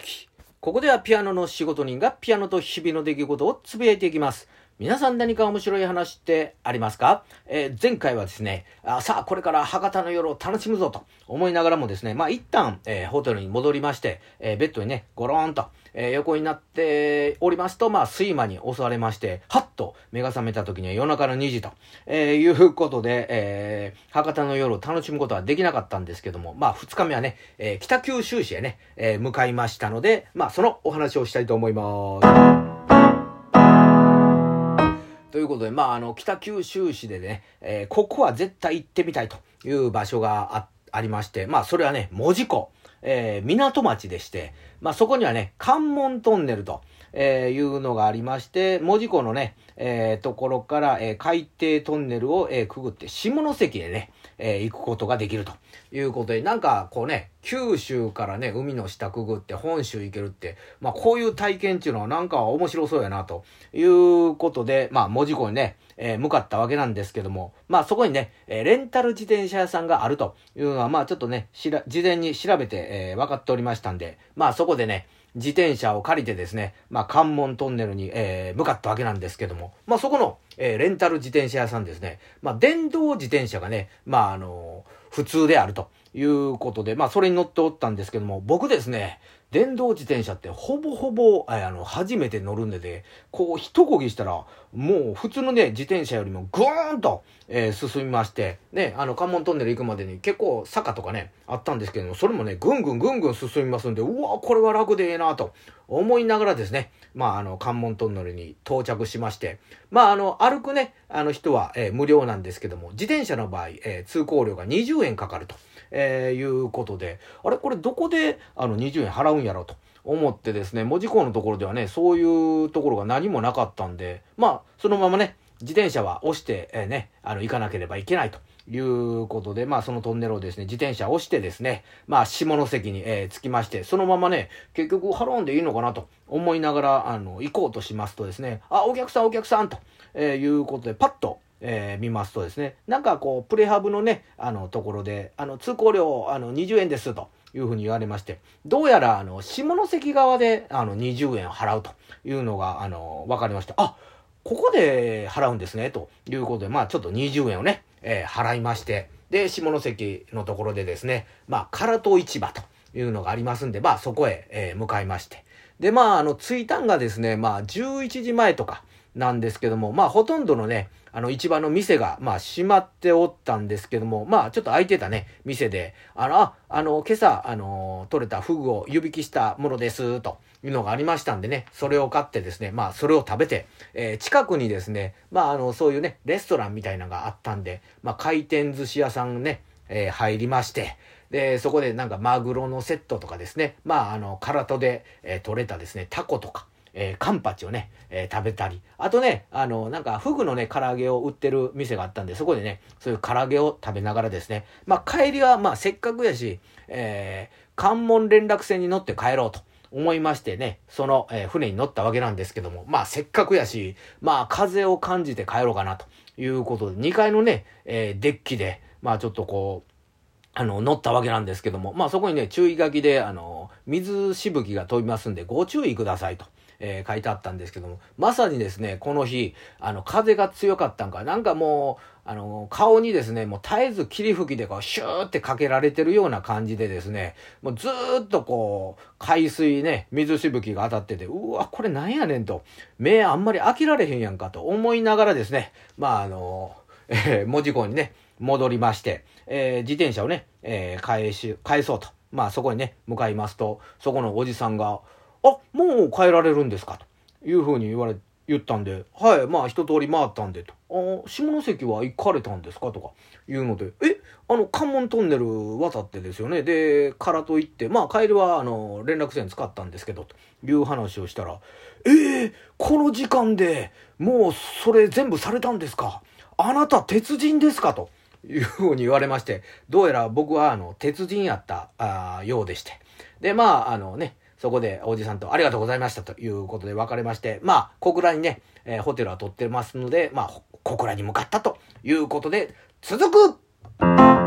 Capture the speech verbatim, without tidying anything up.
き。ここではピアノの仕事人がピアノと日々の出来事をつぶやいていきます。皆さん何か面白い話ってありますか？えー、前回はですね、あさあこれから博多の夜を楽しむぞと思いながらもですね、まあ一旦、えー、ホテルに戻りまして、えー、ベッドにね、ゴローンと、えー、横になっておりますと、まあ睡魔に襲われまして、はっと目が覚めた時には夜中のにじと、えー、いうことで、えー、博多の夜を楽しむことはできなかったんですけども、まあ二日目はね、えー、北九州市へね、えー、向かいましたので、まあそのお話をしたいと思います。ということで、まあ、あの、北九州市でね、えー、ここは絶対行ってみたいという場所が あ, ありまして、まあ、それはね、門司港、えー、港町でして、まあ、そこにはね、関門トンネルと、えー、いうのがありまして、門司港のね、えー、ところから、えー、海底トンネルを、えー、くぐって下関へね、えー、行くことができるということで、なんかこうね、九州からね、海の下くぐって本州行けるって、まあこういう体験っていうのはなんか面白そうやなということで、まあ門司港にね、えー、向かったわけなんですけども、まあそこにね、えー、レンタル自転車屋さんがあるというのは、まあちょっとね、しら事前に調べて、えー、分かっておりましたんで、まあそこでね、自転車を借りてですね、まあ関門トンネルに、えー、向かったわけなんですけども、まあそこの、えー、レンタル自転車屋さんですね、まあ電動自転車がね、まああのー、普通であるということで、まあそれに乗っておったんですけども、僕ですね、電動自転車ってほぼほぼ、あの、初めて乗るんでで、こう一漕ぎしたら、もう普通のね、自転車よりもぐーんと、えー、進みまして、ね、あの、関門トンネル行くまでに結構坂とかね、あったんですけども、それもね、ぐんぐんぐんぐん進みますんで、うわ、これは楽でええなと思いながらですね、まあ、あの、関門トンネルに到着しまして、まあ、あの、歩くね、あの人は、えー、無料なんですけども、自転車の場合、えー、通行料がにじゅうえんかかると。えー、いうことで、あれこれどこであのにじゅうえん払うんやろうと思ってですね、門司港のところではね、そういうところが何もなかったんで、まあ、そのままね、自転車は押して、えー、ね、あの、行かなければいけないということで、まあ、そのトンネルをですね、自転車を押してですね、まあ、下関に、えー、着きまして、そのままね、結局払うんでいいのかなと思いながら、あの、行こうとしますとですね、あ、お客さんお客さんと、えー、いうことで、パッと、えー、見ますとですね、なんかこうプレハブのねあのところであの通行料あのにじゅうえんですというふうに言われまして、どうやらあの下関側であのにじゅうえん払うというのがあの分かりました。あ、ここで払うんですねということで、まあちょっとにじゅうえんをね、えー、払いまして、で下関のところでですね、まあ唐戸市場というのがありますんで、まあそこへ、えー、向かいまして、でまああの着いたんがですね、まあじゅういちじまえとかなんですけども、まあほとんどのね、あの市場の店が、まあ閉まっておったんですけども、まあちょっと開いてたね、店で、あの、あ、あの、今朝、あの、取れたフグを湯引きしたものです、というのがありましたんでね、それを買ってですね、まあそれを食べて、えー、近くにですね、まああの、そういうね、レストランみたいなのがあったんで、まあ回転寿司屋さんね、えー、入りまして、で、そこでなんかマグロのセットとかですね、まああの、唐戸で、えー、取れたですね、タコとか、えー、カンパチをね、えー、食べたり、あとね、あの、なんか、フグのね、唐揚げを売ってる店があったんで、そこでね、そういう唐揚げを食べながらですね、まあ、帰りは、まあ、せっかくやし、えー、関門連絡船に乗って帰ろうと思いましてね、その、えー、船に乗ったわけなんですけども、まあ、せっかくやし、まあ、風を感じて帰ろうかなということで、にかいのね、えー、デッキで、まあ、ちょっとこう、あの、乗ったわけなんですけども、まあ、そこにね、注意書きで、あの、水しぶきが飛びますんで、ご注意くださいと。えー、書いてあったんですけども、まさにですね、この日、あの、風が強かったんか、なんかもう、あの、顔にですね、もう絶えず霧吹きでこう、シューってかけられてるような感じでですね、もうずーっとこう、海水ね、水しぶきが当たってて、うわ、これなんやねんと、目あんまり開けられへんやんかと思いながらですね、まあ、あの、えー、門司港にね、戻りまして、えー、自転車をね、えー、返し、返そうと。まあ、そこにね、向かいますと、そこのおじさんが、あ、もう帰られるんですかというふうに言われ、言ったんで、はい、まあ一通り回ったんでと。あ、下関は行かれたんですかとか言うので、え、あの関門トンネル渡ってですよね。で、唐戸行って、まあ帰りはあの連絡船使ったんですけど、という話をしたら、えー、この時間でもうそれ全部されたんですか？あなた鉄人ですか？というふうに言われまして、どうやら僕はあの鉄人やったあようでして。で、まああのね、そこでおじさんとありがとうございましたということで別れまして、まあ小倉にね、えー、ホテルは取ってますので、まあ小倉に向かったということで続く。